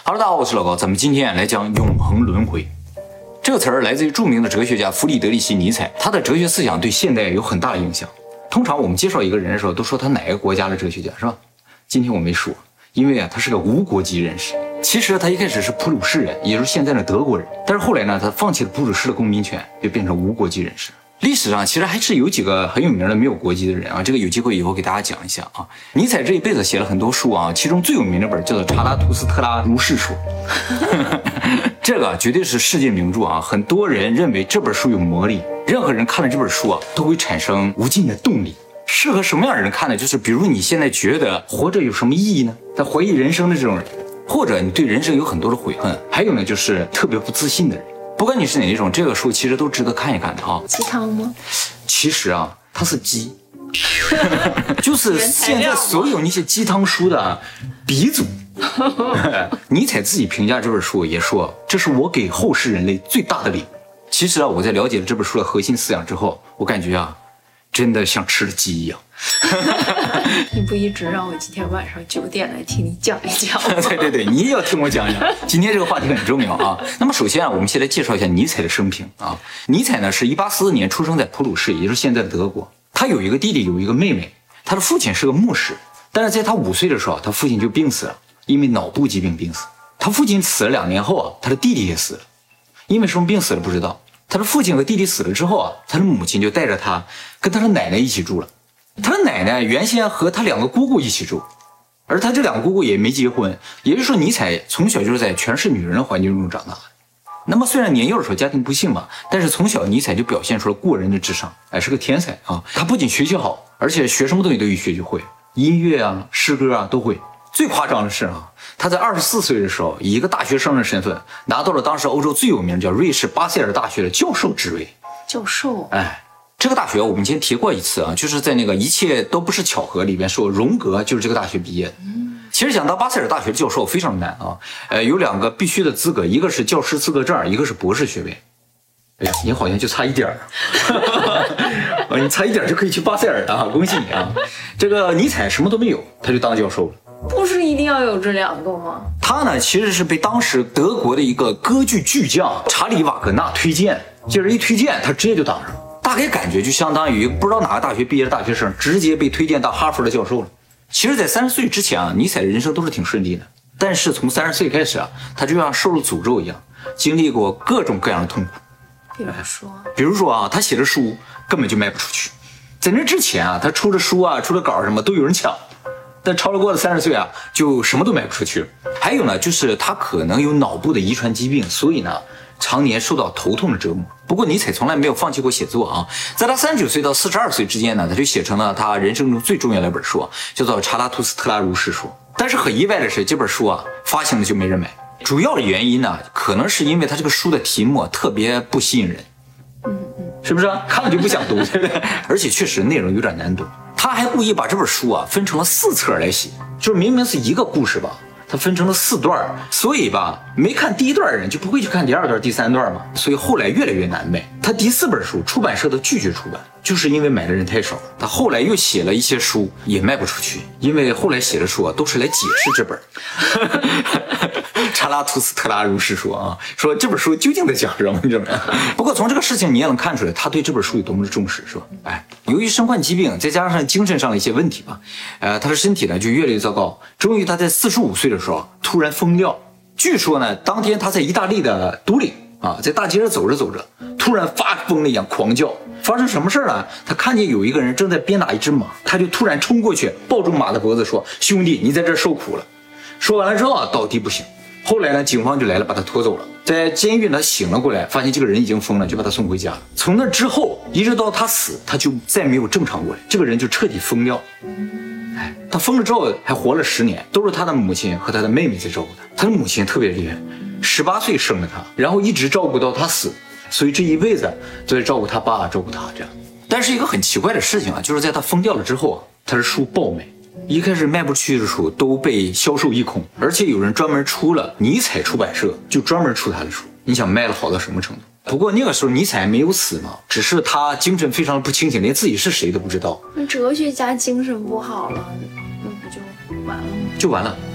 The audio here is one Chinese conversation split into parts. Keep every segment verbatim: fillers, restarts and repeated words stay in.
Hello， 大家好，我是老高，咱们今天来讲永恒轮回。这个词儿来自于著名的哲学家弗里德里希·尼采，他的哲学思想对现代有很大的影响。通常我们介绍一个人的时候，都说他哪个国家的哲学家，是吧？今天我没说，因为啊，他是个无国籍人士。其实他一开始是普鲁士人，也就是现在的德国人，但是后来呢，他放弃了普鲁士的公民权，就变成无国籍人士。历史上其实还是有几个很有名的没有国籍的人啊，这个有机会以后给大家讲一下啊。尼采这一辈子写了很多书啊，其中最有名的本叫做《查拉图斯特拉如是说》，这个绝对是世界名著啊。很多人认为这本书有魔力，任何人看了这本书啊，都会产生无尽的动力。适合什么样的人看呢？就是比如你现在觉得活着有什么意义呢？在怀疑人生的这种人，或者你对人生有很多的悔恨，还有呢就是特别不自信的人。不管你是哪一种，这个书其实都值得看一看的啊。 鸡汤吗？ 其实啊，它是鸡，就是现在所有那些鸡汤书的鼻祖。尼采自己评价这本书也说，这是我给后世人类最大的礼物。其实啊，我在了解了这本书的核心思想之后，我感觉啊，真的像吃了鸡一样。 你不一直让我今天晚上九点来听你讲一讲吗？ 对对对，你也要听我讲讲。今天这个话题很重要啊。那么首先啊，我们先来介绍一下尼采的生平啊。尼采呢是一八四四年出生在普鲁士，也就是现在的德国。他有一个弟弟，有一个妹妹。他的父亲是个牧师，但是在他五岁的时候，他父亲就病死了，因为脑部疾病病死。他父亲死了两年后啊，他的弟弟也死了，因为什么病死了不知道。他的父亲和弟弟死了之后啊，他的母亲就带着他跟他的奶奶一起住了。他的奶奶原先和他两个姑姑一起住，而他这两个姑姑也没结婚，也就是说尼采从小就是在全是女人的环境中长大的。那么虽然年幼的时候家庭不幸嘛，但是从小尼采就表现出了过人的智商，哎，是个天才啊！他不仅学习好，而且学什么东西都一学就会，音乐啊、诗歌啊都会。最夸张的是啊，他在二十四岁的时候，以一个大学生的身份拿到了当时欧洲最有名叫瑞士巴塞尔大学的教授职位。 教授， 哎。这个大学我们以前提过一次啊，就是在那个一切都不是巧合里边说荣格就是这个大学毕业的。其实想当巴塞尔大学的教授非常难啊，呃，有两个必须的资格，一个是教师资格证，一个是博士学位。哎呀，你好像就差一点儿，你差一点就可以去巴塞尔了啊，恭喜你啊！这个尼采什么都没有，他就当教授了。 不是一定要有这两个吗？ 他呢其实是被当时德国的一个歌剧巨匠查理瓦格纳推荐，就是一推荐他直接就当上了。大概感觉就相当于不知道哪个大学毕业的大学生直接被推荐当哈佛的教授了。其实在三十岁之前啊，尼采的人生都是挺顺利的，但是从三十岁开始啊，他就像受了诅咒一样，经历过各种各样的痛苦。 比如说比如说啊，他写的书根本就卖不出去，在那之前啊，他出的书啊出的稿什么都有人抢，但超了过了三十岁啊，就什么都卖不出去。还有呢，就是他可能有脑部的遗传疾病，所以呢常年受到头痛的折磨。不过尼采从来没有放弃过写作啊，在他三十九岁到四十二岁之间呢，他就写成了他人生中最重要的一本书，叫做《查拉图斯特拉如是说》。但是很意外的是，这本书啊发行了就没人买。主要的原因呢，可能是因为他这个书的题目特别不吸引人，嗯嗯，是不是、啊？看了就不想读，对不对？而且确实内容有点难读。他还故意把这本书啊分成了四册来写，就是明明是一个故事吧，它分成了四段，所以吧，没看第一段的人就不会去看第二段、第三段嘛，所以后来越来越难卖。他第四本书出版社都拒绝出版，就是因为买的人太少。他后来又写了一些书，也卖不出去，因为后来写的书啊都是来解释这本查拉图斯特拉如是说啊，说这本书究竟在讲什么，你知道吗？不过从这个事情你也能看出来，他对这本书有多么的重视，是吧？哎，由于身患疾病，再加上精神上的一些问题吧，呃，他的身体呢就越来越糟糕。终于他在四十五岁的时候突然疯掉。据说呢，当天他在意大利的都灵啊，在大街上走着走着，突然发疯了一样狂叫。发生什么事呢？他看见有一个人正在鞭打一只马，他就突然冲过去，抱住马的脖子说：“兄弟，你在这受苦了。”说完了之后啊，倒地不醒。后来呢，警方就来了，把他拖走了。在监狱呢，醒了过来，发现这个人已经疯了，就把他送回家了。从那之后，一直到他死，他就再没有正常过来，这个人就彻底疯掉。哎，他疯了之后还活了十年，都是他的母亲和他的妹妹在照顾他。他的母亲特别厉害，十八岁生了他，然后一直照顾到他死，所以这一辈子都在照顾他爸，照顾他这样。但是一个很奇怪的事情啊，就是在他疯掉了之后啊，他的书爆卖。一开始卖不出去的书都被销售一空，而且有人专门出了尼采出版社，就专门出他的书。你想卖了好到什么程度？不过那个时候尼采没有死嘛，只是他精神非常不清醒，连自己是谁都不知道。 那哲学家精神不好了，那不就完了吗？ 就完了。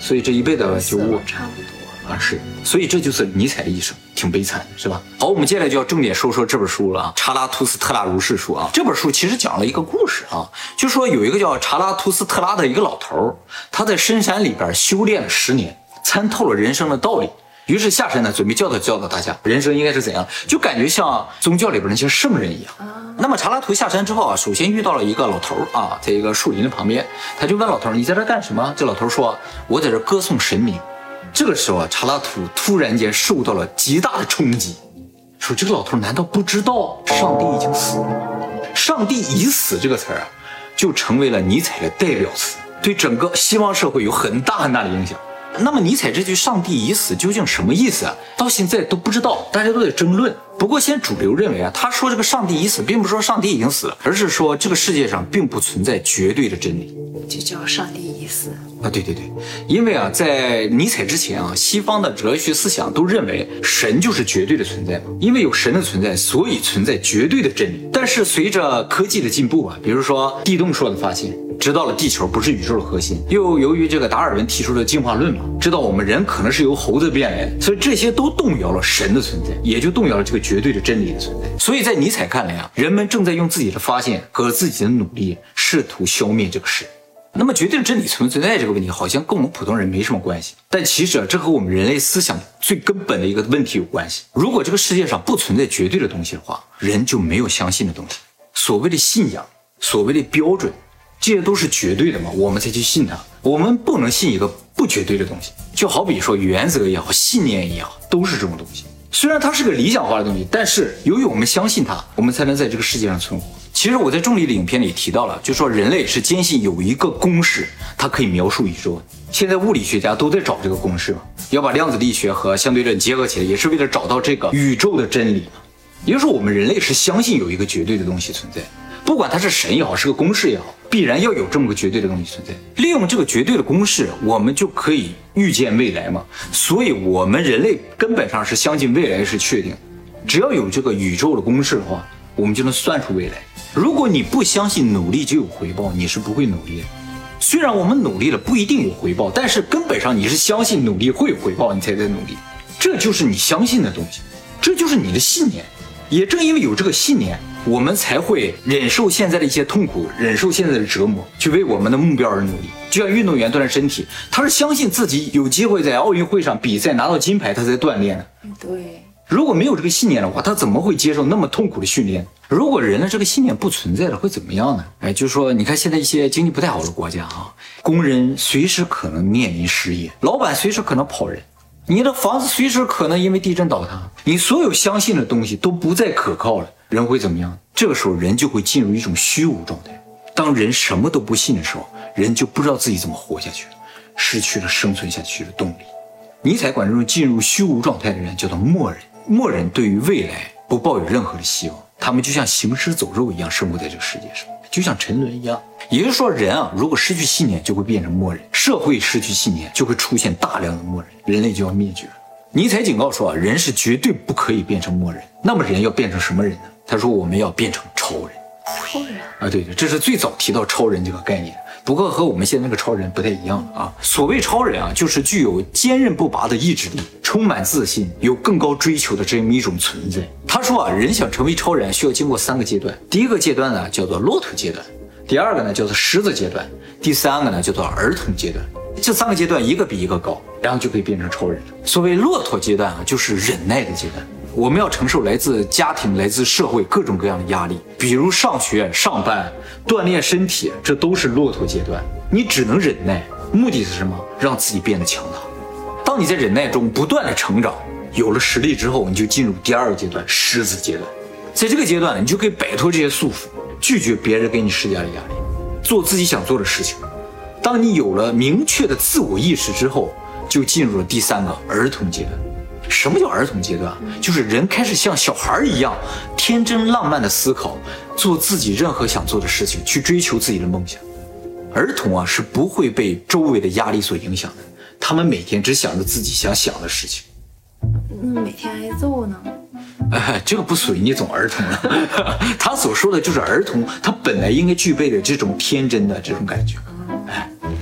所以这一辈子就我差不多。 啊，是，所以这就是尼采的一生，挺悲惨的，是吧？好，我们接下来就要重点说说这本书了啊，《查拉图斯特拉如是说》啊。这本书其实讲了一个故事啊，就说有一个叫查拉图斯特拉的一个老头，他在深山里边修炼了十年，参透了人生的道理。于是下山呢，准备教导教导大家人生应该是怎样，就感觉像宗教里边那些圣人一样。那么查拉图下山之后啊，首先遇到了一个老头啊，在一个树林的旁边，他就问老头：“你在这干什么？”这老头说：“我在这歌颂神明。”这个时候啊，查拉图突然间受到了极大的冲击，说这个老头难道不知道上帝已经死了？上帝已死这个词儿啊，就成为了尼采的代表词，对整个西方社会有很大很大的影响。那么尼采这句上帝已死究竟什么意思啊？到现在都不知道，大家都在争论。不过现在主流认为啊，他说这个上帝已死，并不是说上帝已经死了，而是说这个世界上并不存在绝对的真理， 就叫上帝已死啊。对对对，因为啊，在尼采之前啊，西方的哲学思想都认为神就是绝对的存在嘛，因为有神的存在，所以存在绝对的真理。但是随着科技的进步啊，比如说地动说的发现，知道了地球不是宇宙的核心，又由于这个达尔文提出的进化论嘛，知道我们人可能是由猴子变来的，所以这些都动摇了神的存在，也就动摇了这个绝对的真理的存在。所以在尼采看来啊，人们正在用自己的发现和自己的努力试图消灭这个神。那么绝对的真理存不存在这个问题好像跟我们普通人没什么关系，但其实啊，这和我们人类思想最根本的一个问题有关系。如果这个世界上不存在绝对的东西的话，人就没有相信的东西。所谓的信仰，所谓的标准，这些都是绝对的嘛，我们才去信它。我们不能信一个不绝对的东西，就好比说原则也好，信念也好，都是这种东西。虽然它是个理想化的东西，但是由于我们相信它，我们才能在这个世界上存活。其实我在重力的影片里提到了，就说人类是坚信有一个公式，它可以描述宇宙。现在物理学家都在找这个公式嘛，要把量子力学和相对论结合起来，也是为了找到这个宇宙的真理嘛。也就是说，我们人类是相信有一个绝对的东西存在，不管它是神也好，是个公式也好，必然要有这么个绝对的东西存在。利用这个绝对的公式，我们就可以预见未来嘛。所以我们人类根本上是相信未来是确定，只要有这个宇宙的公式的话，我们就能算出未来。如果你不相信努力就有回报，你是不会努力的。虽然我们努力了不一定有回报，但是根本上你是相信努力会有回报，你才在努力。这就是你相信的东西，这就是你的信念。也正因为有这个信念，我们才会忍受现在的一些痛苦，忍受现在的折磨，去为我们的目标而努力。就像运动员锻炼身体，他是相信自己有机会在奥运会上比赛拿到金牌，他才锻炼的。 对， 如果没有这个信念的话，他怎么会接受那么痛苦的训练？如果人的这个信念不存在了，会怎么样呢？哎，就是说，你看现在一些经济不太好的国家啊，工人随时可能面临失业，老板随时可能跑人，你的房子随时可能因为地震倒塌，你所有相信的东西都不再可靠了，人会怎么样？这个时候人就会进入一种虚无状态。当人什么都不信的时候，人就不知道自己怎么活下去了，失去了生存下去的动力。尼采管这种进入虚无状态的人叫做默人。默人对于未来不抱有任何的希望，他们就像行尸走肉一样生活在这个世界上，就像沉沦一样。也就是说，人啊，如果失去信念，就会变成默人；社会失去信念，就会出现大量的默人，人类就要灭绝了。尼采警告说啊，人是绝对不可以变成默人。那么人要变成什么人呢？他说我们要变成超人。 超人啊，对对，这是最早提到超人这个概念。不过和我们现在那个超人不太一样了啊。所谓超人啊，就是具有坚韧不拔的意志力，充满自信，有更高追求的这么一种存在。他说啊，人想成为超人需要经过三个阶段。第一个阶段呢叫做骆驼阶段，第二个呢叫做狮子阶段，第三个呢叫做儿童阶段。这三个阶段一个比一个高，然后就可以变成超人了。所谓骆驼阶段啊，就是忍耐的阶段。我们要承受来自家庭、来自社会各种各样的压力，比如上学、上班、锻炼身体，这都是骆驼阶段。你只能忍耐，目的是什么？让自己变得强大。当你在忍耐中不断的成长，有了实力之后，你就进入第二个阶段，狮子阶段。在这个阶段，你就可以摆脱这些束缚，拒绝别人给你施加的压力，做自己想做的事情。当你有了明确的自我意识之后，就进入了第三个儿童阶段。什么叫儿童阶段？就是人开始像小孩一样天真浪漫的思考，做自己任何想做的事情，去追求自己的梦想。儿童啊是不会被周围的压力所影响的，他们每天只想着自己想想的事情。 那每天挨揍呢？ 哎，这个不属于那种儿童了。他所说的就是儿童，他本来应该具备的这种天真的这种感觉。哎。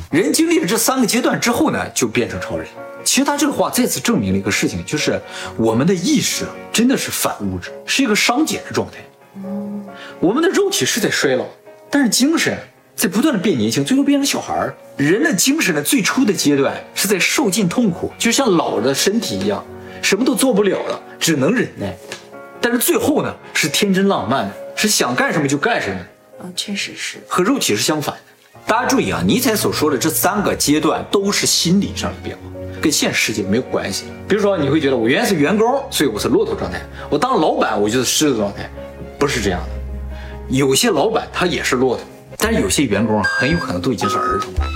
人经历了这三个阶段之后呢，就变成超人。其实他这个话再次证明了一个事情，就是我们的意识真的是反物质，是一个熵减的状态。我们的肉体是在衰老，但是精神在不断的变年轻，最后变成小孩。人的精神的最初的阶段是在受尽痛苦，就像老的身体一样，什么都做不了了，只能忍耐。但是最后呢，是天真浪漫的，是想干什么就干什么。 嗯，确实是和肉体是相反的。大家注意啊，尼采所说的这三个阶段都是心理上的变化，跟现实世界没有关系。比如说你会觉得我原来是员工，所以我是骆驼状态，我当了老板我就是狮子状态，不是这样的。有些老板他也是骆驼，但是有些员工很有可能都已经是儿童了。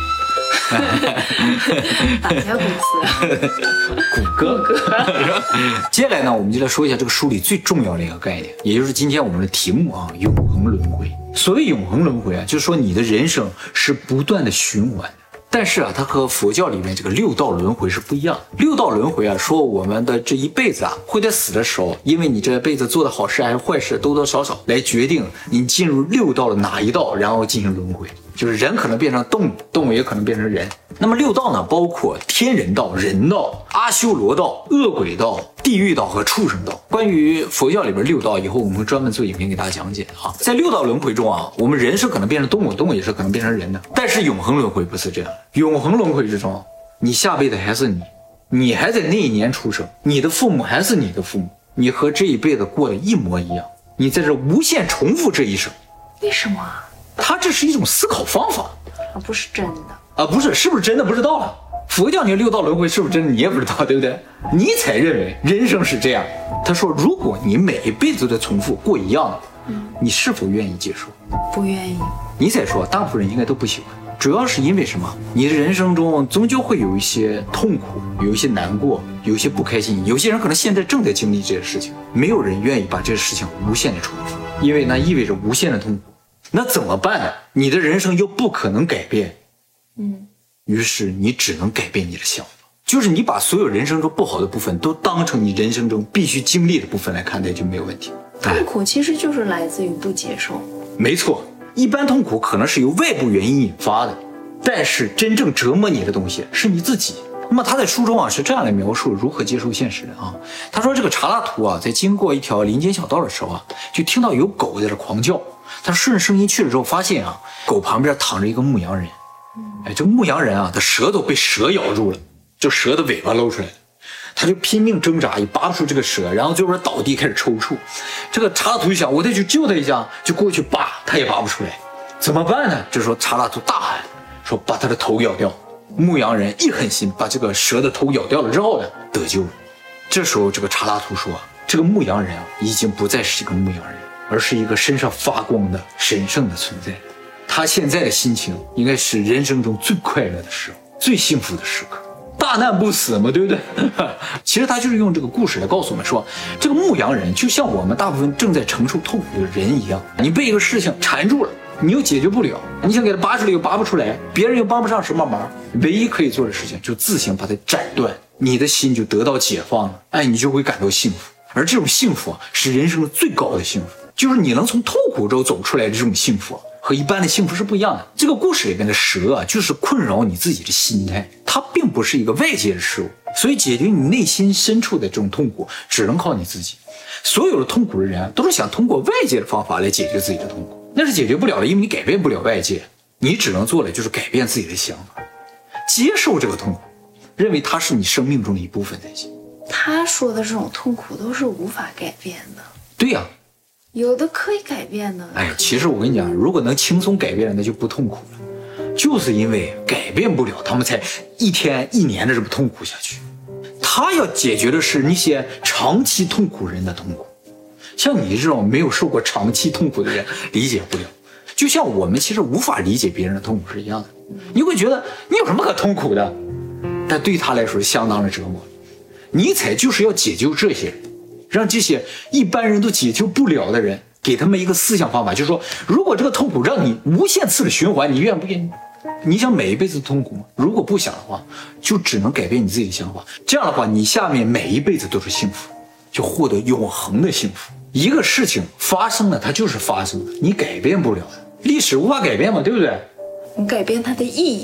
哪家公司？ 谷歌。接下来呢，我们就来说一下这个书里最重要的一个概念，也就是今天我们的题目啊，永恒轮回。所谓永恒轮回啊，就是说你的人生是不断的循环的。但是啊，它和佛教里面这个六道轮回是不一样的。六道轮回啊，说我们的这一辈子啊，会在死的时候，因为你这辈子做的好事还是坏事，多多少少来决定你进入六道的哪一道，然后进行轮回。就是人可能变成动物，动物也可能变成人。那么六道呢，包括天人道、人道、阿修罗道、恶鬼道、地狱道和畜生道。关于佛教里边六道，以后我们会专门做影片给大家讲解啊。在六道轮回中啊，我们人是可能变成动物，动物也是可能变成人的。但是永恒轮回不是这样，永恒轮回之中，你下辈子还是你，你还在那一年出生，你的父母还是你的父母，你和这一辈子过得一模一样，你在这无限重复这一生。 为什么啊？ 它这是一种思考方法啊，不是真的啊，不是，是不是真的不知道了。佛教你六道轮回是不是真的你也不知道，对不对？尼采认为人生是这样，他说如果你每一辈子都在重复过一样的，嗯，你是否愿意接受？ 不愿意。 尼采说大部分人应该都不喜欢，主要是因为什么？你的人生中终究会有一些痛苦，有一些难过，有一些不开心，有些人可能现在正在经历这些事情，没有人愿意把这些事情无限的重复，因为那意味着无限的痛苦。那怎么办呢？你的人生又不可能改变，嗯，于是你只能改变你的想法，就是你把所有人生中不好的部分都当成你人生中必须经历的部分来看待就没有问题。 痛苦其实就是来自于不接受。 没错，一般痛苦可能是由外部原因引发的，但是真正折磨你的东西是你自己。那么他在书中啊是这样来描述如何接受现实的啊。他说这个查拉图啊在经过一条林间小道的时候啊，就听到有狗在这狂叫。他顺着声音去了之后，发现啊狗旁边躺着一个牧羊人。哎，这个牧羊人啊，他舌头被蛇咬住了，就蛇的尾巴露出来了。他就拼命挣扎，也拔不出这个蛇，然后最后倒地开始抽搐。这个查拉图就想，我得去救他一下，就过去拔，他也拔不出来，怎么办呢？这时候查拉图大喊说：“把他的头咬掉。”牧羊人一狠心把这个蛇的头咬掉了之后呢，得救了。这时候这个查拉图说，这个牧羊人啊，已经不再是一个牧羊人，而是一个身上发光的神圣的存在。他现在的心情应该是人生中最快乐的时候，最幸福的时刻。大难不死嘛，对不对？其实他就是用这个故事来告诉我们说，这个牧羊人就像我们大部分正在承受痛苦的人一样，你被一个事情缠住了，你又解决不了，你想给他拔出来又拔不出来，别人又帮不上什么忙，唯一可以做的事情就自行把它斩断，你的心就得到解放了，哎，你就会感到幸福。而这种幸福啊，是人生的最高的幸福，就是你能从痛苦中走出来的这种幸福啊，和一般的幸福是不一样的。这个故事里面的蛇啊，就是困扰你自己的心态，它并不是一个外界的事物，所以解决你内心深处的这种痛苦，只能靠你自己。所有的痛苦的人啊，都是想通过外界的方法来解决自己的痛苦，那是解决不了的，因为你改变不了外界，你只能做的就是改变自己的想法，接受这个痛苦，认为它是你生命中的一部分才行。 他说的这种痛苦都是无法改变的。 对呀、啊， 有的可以改变的。 哎，其实我跟你讲，如果能轻松改变了，那就不痛苦了。就是因为改变不了，他们才一天一年的这么痛苦下去。他要解决的是那些长期痛苦人的痛苦，像你这种没有受过长期痛苦的人理解不了。就像我们其实无法理解别人的痛苦是一样的，你会觉得你有什么可痛苦的，但对他来说是相当的折磨。尼采就是要解救这些人，让这些一般人都解救不了的人，给他们一个思想方法，就是说，如果这个痛苦让你无限次的循环，你愿不愿意？你想每一辈子痛苦吗？如果不想的话，就只能改变你自己的想法。这样的话，你下面每一辈子都是幸福，就获得永恒的幸福。一个事情发生了，它就是发生了，你改变不了的，历史无法改变嘛，对不对？ 你改变它的意义。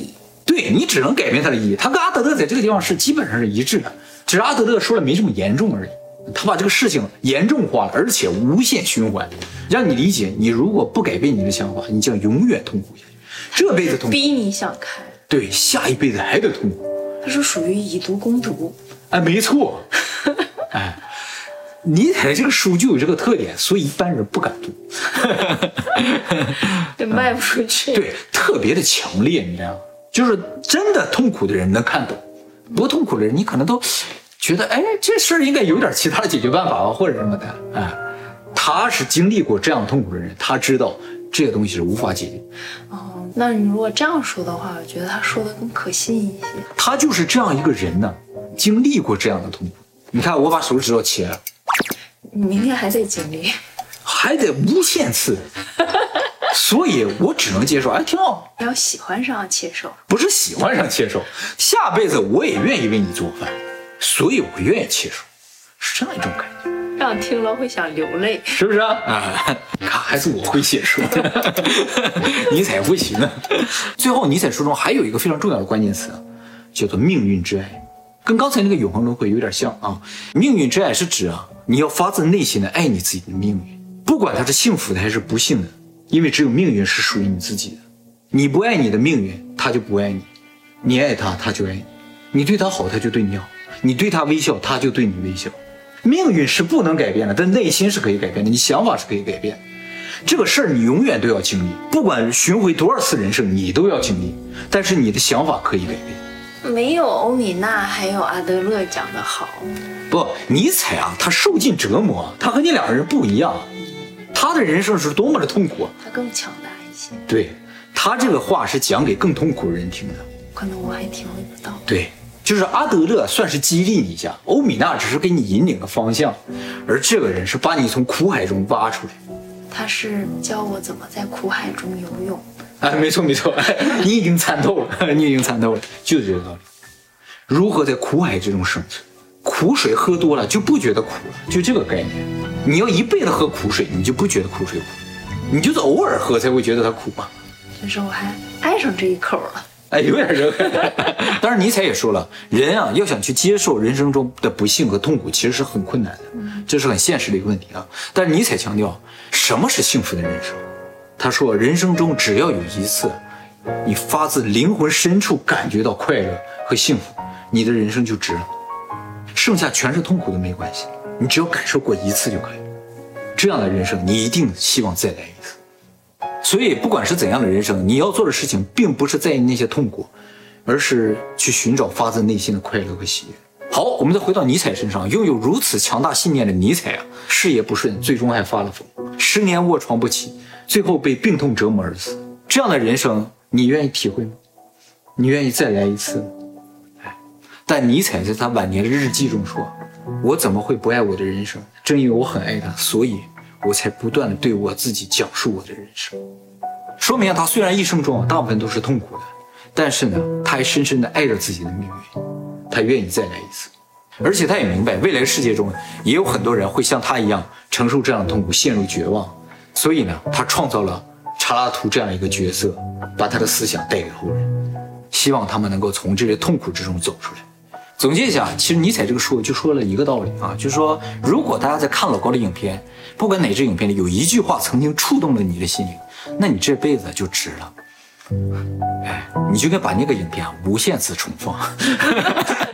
对你只能改变他的意义。他跟阿德勒在这个地方是基本上是一致的，只是阿德勒说了没这么严重而已。他把这个事情严重化了，而且无限循环，让你理解，你如果不改变你的想法，你将永远痛苦下去，这辈子痛苦， 逼你想开， 对，下一辈子还得痛苦。 他是属于以毒攻毒， 哎，没错，哎，尼采这个书就有这个特点，所以一般人不敢读， 对，卖不出去， 对，特别的强烈，你知道吗？就是真的痛苦的人能看懂，不痛苦的人你可能都觉得，哎，这事儿应该有点其他的解决办法吧，或者什么的。哎，他是经历过这样痛苦的人，他知道这个东西是无法解决。 哦，那你如果这样说的话，我觉得他说的更可信一些。 他就是这样一个人呢，经历过这样的痛苦。你看，我把手指头切了， 你明天还得经历， 还得无限次，所以我只能接受。哎，挺好。 要喜欢上切手， 不是喜欢上切手，下辈子我也愿意为你做饭。所以我愿意切手，是这样一种感觉， 让你听了会想流泪， 是不是啊？啊，你看，还是我会写书，尼采不行啊。最后，尼采书中还有一个非常重要的关键词，叫做命运之爱，跟刚才那个永恒轮回有点像啊。命运之爱是指啊，你要发自内心的爱你自己的命运，不管它是幸福的还是不幸的，因为只有命运是属于你自己的。你不爱你的命运，他就不爱你；你爱他，他就爱你；你对他好，他就对你好。你对他微笑，他就对你微笑。命运是不能改变的，但内心是可以改变的，你想法是可以改变的。这个事儿你永远都要经历，不管巡回多少次人生，你都要经历。但是你的想法可以改变。 没有欧米娜还有阿德勒讲的好。 不，尼采啊，他受尽折磨，他和你两个人不一样，他的人生是多么的痛苦， 他更强大一些。 对，他这个话是讲给更痛苦的人听的， 可能我还体会不到。 对。就是阿德勒算是激励你一下，欧米娜只是给你引领个方向，而这个人是把你从苦海中挖出来。 他是教我怎么在苦海中游泳。 哎，没错没错，你已经参透了，你已经参透了，就是这个道理。如何在苦海之中生存？苦水喝多了就不觉得苦了，就这个概念。你要一辈子喝苦水，你就不觉得苦水苦，你就是偶尔喝才会觉得它苦嘛。 就是我还爱上这一口了。 哎，有点热。当然，尼采也说了，人啊要想去接受人生中的不幸和痛苦，其实是很困难的，这是很现实的一个问题啊。但是尼采强调，什么是幸福的人生？他说，人生中只要有一次，你发自灵魂深处感觉到快乐和幸福，你的人生就值了。剩下全是痛苦都没关系，你只要感受过一次就可以了。这样的人生，你一定希望再来一次。所以不管是怎样的人生，你要做的事情并不是在意那些痛苦，而是去寻找发自内心的快乐和喜悦。好，我们再回到尼采身上，拥有如此强大信念的尼采啊，事业不顺，最终还发了疯，十年卧床不起，最后被病痛折磨而死。这样的人生，你愿意体会吗？你愿意再来一次吗？哎，但尼采在他晚年的日记中说，我怎么会不爱我的人生？正因为我很爱他，所以我才不断的对我自己讲述我的人生。说明他虽然一生中大部分都是痛苦的，但是呢，他还深深的爱着自己的命运，他愿意再来一次。而且他也明白，未来世界中也有很多人会像他一样承受这样的痛苦，陷入绝望。所以呢，他创造了查拉图这样一个角色，把他的思想带给后人，希望他们能够从这些痛苦之中走出来。总结一下，其实尼采这个书就说了一个道理啊，就是说，如果大家在看老高的影片，不管哪支影片里有一句话曾经触动了你的心灵，那你这辈子就值了。哎，你就该把那个影片无限次重放。